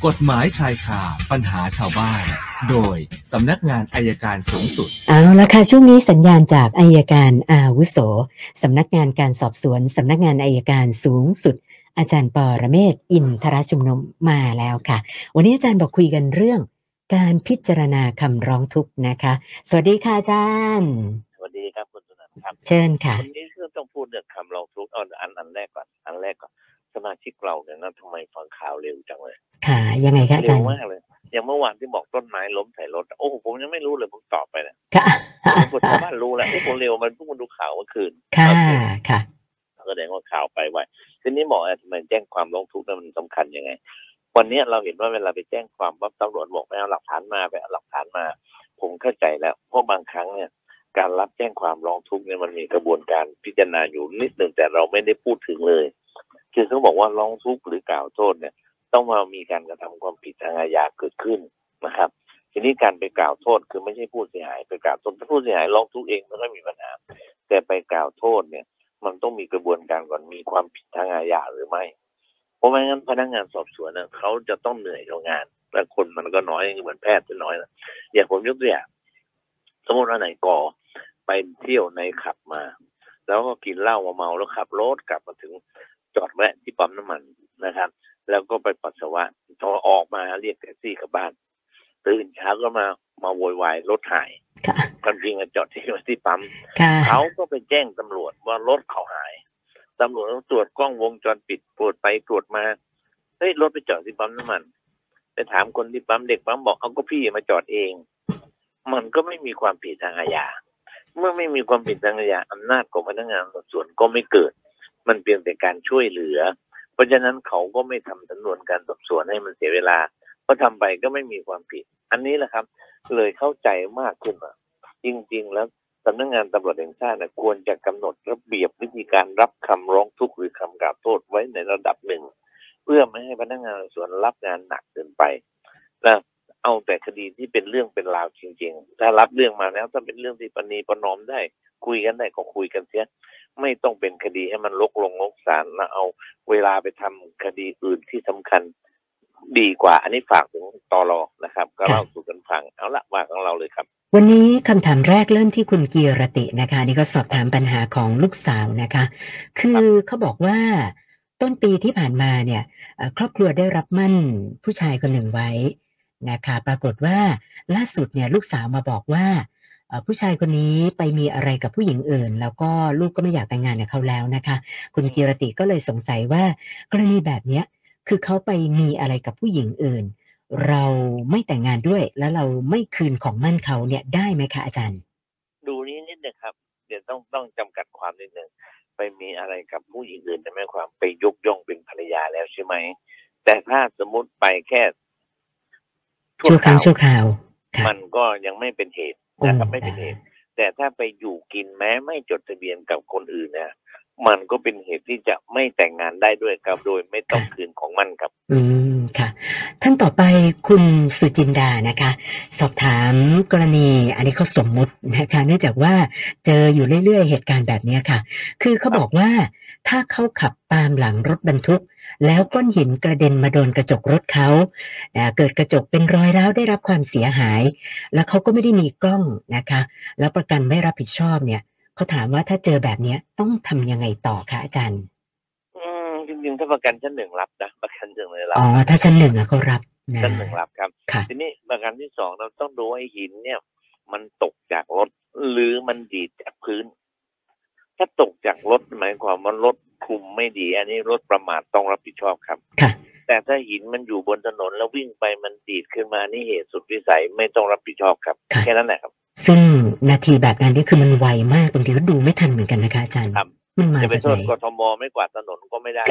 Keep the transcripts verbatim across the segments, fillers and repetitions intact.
กฎหมายชายคาปัญหาชาวบ้านโดยสำนักงานอัยการสูงสุดเอาละค่ะช่วงนี้สัญญาณจากอัยการอาวุโสสำนักงานการสอบสวนสำนักงานอัยการสูงสุดอาจารย์ปรเมศวร์อินทรชุมนุมมาแล้วค่ะวันนี้อาจารย์บอกคุยกันเรื่องการพิจารณาคำร้องทุกข์นะคะสวัสดีค่ะอาจารย์สวัสดีครับคุณสุนันท์ครับเชิญค่ะวันนี้ก็ต้องพูดเรื่องคำร้องทุกข์อันอันอันแรกก่อนอันแรกก่อนสมาชิกเราเนี่ยนะทำไมฟังข่าวเร็วจังเลยค่ะยังไงคะอาจารย์เร็วมากเลยอย่างเมื่อวานที่บอกต้นไม้ล้มใส่รถโอ้โหผมยังไม่รู้เลยผมตอบไปนะค่ะคนชาวบ้านรู้แล้วโอ้โหเร็วมันเพิ่งมาดูข่าวเมื่อคืนค่ะค่ะแสดงว่าข่าวไปไวทีนี้บอกทำไมแจ้งความร้องทุกข์นั้นมันสำคัญยังไงวันนี้เราเห็นว่าเวลาไปแจ้งความว่าตำรวจบอกไปเอาหลักฐานมาไปเอาหลักฐานมาผมเข้าใจแล้วเพราะบางครั้งเนี่ยการรับแจ้งความร้องทุกข์เนี่ยมันมีกระบวนการพิจารณาอยู่นิดหนึ่งแต่เราไม่ได้พูดถึงเลยคือเขาบอกว่าร้องทุกข์หรือกล่าวโทษเนี่ยต้องมามีการกระทำความผิดทางอาญาเกิดขึ้นนะครับทีนี้การไปกล่าวโทษคือไม่ใช่ผู้เสียหายไปกล่าวโทษถ้าผู้เสียหายร้องทุกข์เองมันก็มีปัญหาแต่ไปกล่าวโทษเนี่ยมันต้องมีกระบวนการก่อนมีความผิดทางอาญาหรือไม่เพราะไม่งั้นพนักงานสอบสวนนะเขาจะต้องเหนื่อยกับงานและคนมันก็น้อยเหมือนแพทย์จะน้อยนะอย่างผมยกตัวอย่างสมมติว่าไหนก่อไปเที่ยวในขับมาแล้วก็กินเหล้าเมาแล้วขับรถกลับมาถึงจอดแวะที่ปั๊มน้ำมันนะครับแล้วก็ไปปัสสาวะพอออกมาเรียกแท็กซี่กลับบ้านตื่นเช้าก็มามาโวยวายรถหายความจริงจอดที่ที่ปั๊มเขาก็ไปแจ้งตำรวจว่ารถเขาหายตำรวจต้องตรวจกล้องวงจรปิดตรวจไปตรวจมาเฮ้ยรถไปจอดที่ปั๊มน้ำมันไปถามคนที่ปั๊มเด็กปั๊มบอกเอาก็พี่มาจอดเองมันก็ไม่มีความผิดทางอาญาเมื่อไม่มีความผิดทางอาญาอำนาจของพนักงานสอบสวนก็ไม่เกิดมันเพียงแต่การช่วยเหลือเพราะฉะนั้นเขาก็ไม่ทำสำนวนการสอบสวนให้มันเสียเวลาเพราะทำไปก็ไม่มีความผิดอันนี้แหละครับเลยเข้าใจมากขึ้นว่าจริงๆแล้วสำนักงานตำรวจแห่งชาติควรจะกำหนดระเบียบวิธีการรับคำร้องทุกข์หรือคำกล่าวโทษไว้ในระดับหนึ่งเพื่อไม่ให้พนักงานสอบสวนรับงานหนักเกินไปนะเอาแต่คดีที่เป็นเรื่องเป็นราวจริงๆถ้ารับเรื่องมาแล้วถ้าเป็นเรื่องที่ประนีประนอมได้คุยกันได้ก็คุยกันเสียไม่ต้องเป็นคดีให้มันลกลงลกศาลแล้วเอาเวลาไปทำคดีอื่นที่สำคัญดีกว่าอันนี้ฝากถึงตล.นะครับก็เล่าสู่กันฟังเอาละว่าของเราเลยครับวันนี้คำถามแรกเริ่มที่คุณกีรตินะคะนี่ก็สอบถามปัญหาของลูกสาวนะคะคือเขาบอกว่าต้นปีที่ผ่านมาเนี่ยครอบครัวได้รับมั่นผู้ชายคนหนึ่งไว้นะคะปรากฏว่าล่าสุดเนี่ยลูกสาวมาบอกว่าผู้ชายคนนี้ไปมีอะไรกับผู้หญิงอื่นแล้วก็ลูกก็ไม่อยากแต่งงานกับเขาแล้วนะคะคุณกีรติก็เลยสงสัยว่ากรณีแบบนี้คือเขาไปมีอะไรกับผู้หญิงอื่นเราไม่แต่งงานด้วยแล้วเราไม่คืนของมั่นเขาเนี่ยได้ไหมคะอาจารย์ดูนี้นิดนึงครับเดี๋ยวต้องต้องจำกัดความนิดนึงไปมีอะไรกับผู้หญิงอื่นแต่ไม่ความไปยกย่องเป็นภรรยาแล้วใช่ไหมแต่ถ้าสมมติไปแค่ชั่วคราวชั่วคราวมันก็ยังไม่เป็นเหตุนะครับไม่เป็นเหตุแต่ถ้าไปอยู่กินแม้ไม่จดทะเบียนกับคนอื่นเนี่ยมันก็เป็นเหตุที่จะไม่แต่งงานได้ด้วยครับโดยไม่ต้องคืนของมันครับอืมค่ะท่านต่อไปคุณสุจินดานะคะสอบถามกรณีอันนี้เขาสมมุตินะคะเนื่องจากว่าเจออยู่เรื่อยๆเหตุการณ์แบบนี้ค่ะคือเขาบอกว่าถ้าเขาขับตามหลังรถบรรทุกแล้วก้อนหินกระเด็นมาโดนกระจกรถเขาเกิดกระจกเป็นรอยร้าวได้รับความเสียหายแล้วเขาก็ไม่ได้มีกล้องนะคะแล้วประกันไม่รับผิดชอบเนี่ยเขาถามว่าถ้าเจอแบบนี้ต้องทำยังไงต่อคะอาจารย์อืมจริงๆถ้าประกันชั้นหนึ่งรับนะประกันชั้นหนึ่งรับอ๋อถ้าชั้นหนึ่งอะเขารับชั้นหนึ่งรับครับทีนี้ประกันที่สองเราต้องดูให้หินเนี่ยมันตกจากรถหรือมันดีดจากพื้นถ้าตกจากรถหมายความว่ารถคุมไม่ดีอันนี้รถประมาทต้องรับผิดชอบครับค่ะแต่ถ้าหินมันอยู่บนถนนแล้ววิ่งไปมันดีดขึ้นมานี่เหตุสุดวิสัยไม่ต้องรับผิดชอบครับแค่นั้นแหละครับซึ่งนาทีแบบนั้นนี่คือมันไวมากบางทีก็ดูไม่ทันเหมือนกันนะคะอาจารย์มันมาจากไหนจะไปโทษกทมไม่กวาดถนนก็ไม่ได้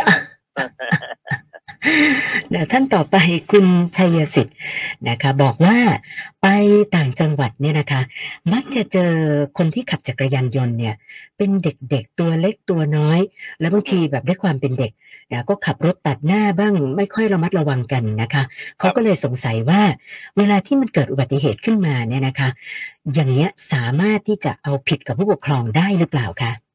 เดี๋ยวท่านต่อไปคุณชัยสิทธิ์นะคะบอกว่าไปต่างจังหวัดเนี่ยนะคะมักจะเจอคนที่ขับจักรยานยนต์เนี่ยเป็นเด็กๆตัวเล็กตัวน้อยแล้วบางทีแบบด้วยความเป็นเด็กนะก็ขับรถตัดหน้าบ้างไม่ค่อยระมัดระวังกันนะคะเขาก็เลยสงสัยว่าเวลาที่มันเกิดอุบัติเหตุขึ้นมาเนี่ยนะคะอย่างเนี้ยสามารถที่จะเอาผิดกับผู้ปกครองได้หรือเปล่าคะ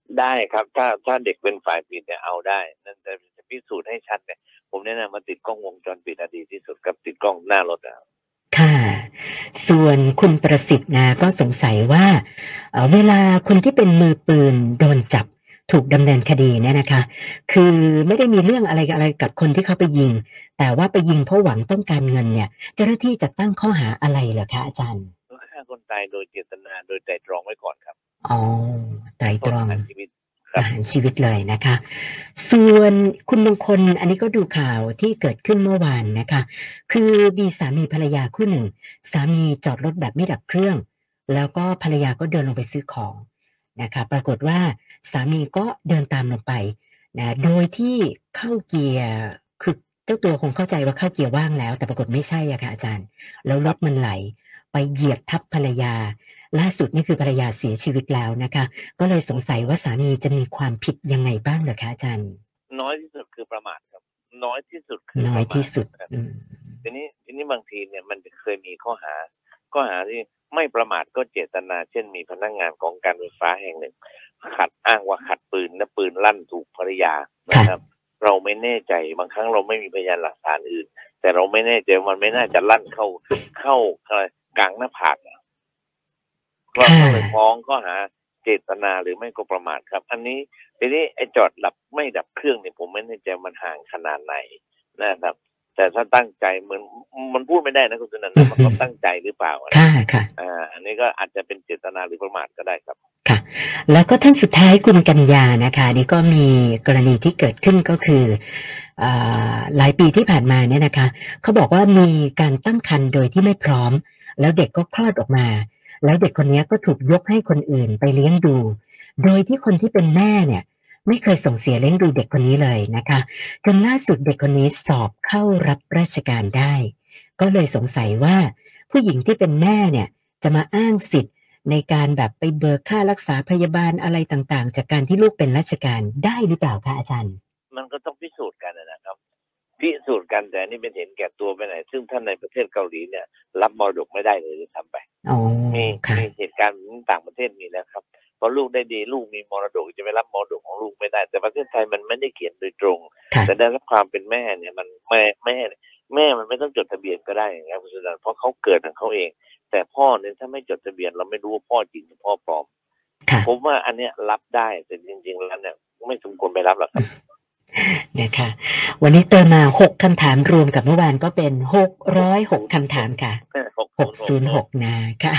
ได้ครับถ้าถ้าเด็กเป็นฝ่ายผิดเนี่ยเอาได้นั่นจะจะพิสูจน์ให้ชัดเนี่ยผมแนะนำมาติดกล้องวงจรปิดดีที่สุดกับติดกล้องหน้ารถอ่ะค่ะส่วนคุณประสิทธิ์นะก็สงสัยว่าเอ่อเวลาคนที่เป็นมือปืนโดนจับถูกดำเนินคดีเนี่ยนะคะคือไม่ได้มีเรื่องอะไรอะไรกับคนที่เขาไปยิงแต่ว่าไปยิงเพราะหวังต้องการเงินเนี่ยเจ้าหน้าที่จะตั้งข้อหาอะไรเหรอคะอาจารย์ฆ่าคนตายโดยเจตนาโดยไตร่ตรองไว้ก่อนครับอ๋อไตร่ตรองประหารชีวิตประหารชีวิตเลยนะคะส่วนคุณมงคลอันนี้ก็ดูข่าวที่เกิดขึ้นเมื่อวานนะคะคือมีสามีภรรยาคู่หนึ่งสามีจอดรถแบบไม่ดับเครื่องแล้วก็ภรรยาก็เดินลงไปซื้อของนะคะปรากฏว่าสามีก็เดินตามลงไปนะโดยที่เข้าเกียร์คือเจ้าตัวคงเข้าใจว่าเข้าเกียร์ว่างแล้วแต่ปรากฏไม่ใช่อะค่ะอาจารย์แล้วรถมันไหลไปเหยียบทับภรรยาล่าสุดนี่คือภรรยาเสียชีวิตแล้วนะคะก็เลยสงสัยว่าสามีจะมีความผิดยังไงบ้างเหรอคะอาจารย์น้อยที่สุดคือประมาทครับน้อยที่สุดคือน้อยที่สุดทีนี้ทีนี้บางทีเนี่ยมันเคยมีข้อหาข้อหาที่ไม่ประมาทก็เจตนาเช่นมีพนักงานของการไฟฟ้าแห่งหนึ่งขัดอ้างว่าขัดปืนและปืนลั่นถูกภรรยานะครับเราไม่แน่ใจบางครั้งเราไม่มีพยานหลักฐานอื่นแต่เราไม่แน่ใจมันไม่น่าจะลั่นเข้าเข้ากลางหน้าผากเราก็เลยฟ้องข้อหาเจตนาหรือไม่ก็ประมาทครับอันนี้ทีนี้ไอ้จอดดับไม่ดับเครื่องเนี่ยผมไม่แน่ใจมันห่างขนาดไหนนะครับแต่ถ้าตั้งใจเหมือนมันพูดไม่ได้นะคุณสุนันท์มันก็ตั้งใจหรือเปล่าค่ะค่ะอ่าอันนี้ก็อาจจะเป็นเจตนาหรือประมาทก็ได้ครับค่ะแล้วก็ท่านสุดท้ายคุณกัญญานะคะนี่ก็มีกรณีที่เกิดขึ้นก็คืออ่าหลายปีที่ผ่านมาเนี่ยนะคะเขาบอกว่ามีการตั้งครรภ์โดยที่ไม่พร้อมแล้วเด็กก็คลอดออกมาแล้วเด็กคนนี้ก็ถูกยกให้คนอื่นไปเลี้ยงดูโดยที่คนที่เป็นแม่เนี่ยไม่เคยส่งเสียเลี้ยงดูเด็กคนนี้เลยนะคะจนล่าสุดเด็กคนนี้สอบเข้ารับราชการได้ก็เลยสงสัยว่าผู้หญิงที่เป็นแม่เนี่ยจะมาอ้างสิทธิ์ในการแบบไปเบิกค่ารักษาพยาบาลอะไรต่างๆจากการที่ลูกเป็นราชการได้หรือเปล่าคะอาจารย์มันก็ต้องพิสูจน์กันนะครับพิสูจน์กันแต่นี่เป็นเห็นแก่ตัวไปไหนซึ่งท่านในประเทศเกาหลีเนี่ยรับมรดกไม่ได้เลยทำไปมีมีเหตุการณ์ต่างประเทศมีแล้วครับพอลูกได้ดีลูกมีมรดกจะไปรับมรดกของลูกไม่ได้แต่ประเทศไทยมันไม่ได้เขียนโดยตรงแต่ได้รับความเป็นแม่เนี่ยมันแม่แม่แม่มันไม่ต้องจดทะเบียนก็ได้อย่างเงี้ยคุณสุนันท์เพราะเขาเกิดของเขาเองแต่พ่อเนี่ยถ้าไม่จดทะเบียนเราไม่รู้ว่าพ่อจริงหรือพ่อปลอมผมว่าอันเนี้ยรับได้แต่จริงๆแล้วเนี่ยไม่สมควรไปรับหรอกครับนะคะวันนี้เติมมาหกคำถามรวมกับเมื่อวานก็เป็นหกร้อยหกคำถามค่ะหกศูนย์หกนะค่ะ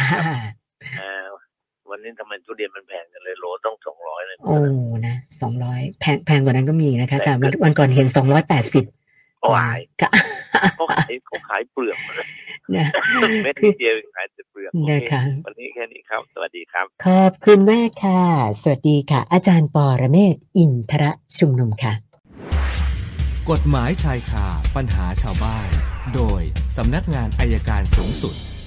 วันนี้ทำไมทุเรียนมันแพงกันเลยโลต้องสองร้อยเลยโอ้นะสองร้อยแพงแพงกว่านั้นก็มีนะคะจากวันก่อนเห็นสองร้อยแปดสิบเขาขายเขาขายเขาขายเปลือกนะเม็ดเดียวขายแต่เปลือกนะคะวันนี้แค่นี้ครับสวัสดีครับขอบคุณมากค่ะสวัสดีค่ะอาจารย์ปรเมศวร์อินทรชุมนุมค่ะกฎหมายชายคาปัญหาชาวบ้านโดยสำนักงานอัยการสูงสุด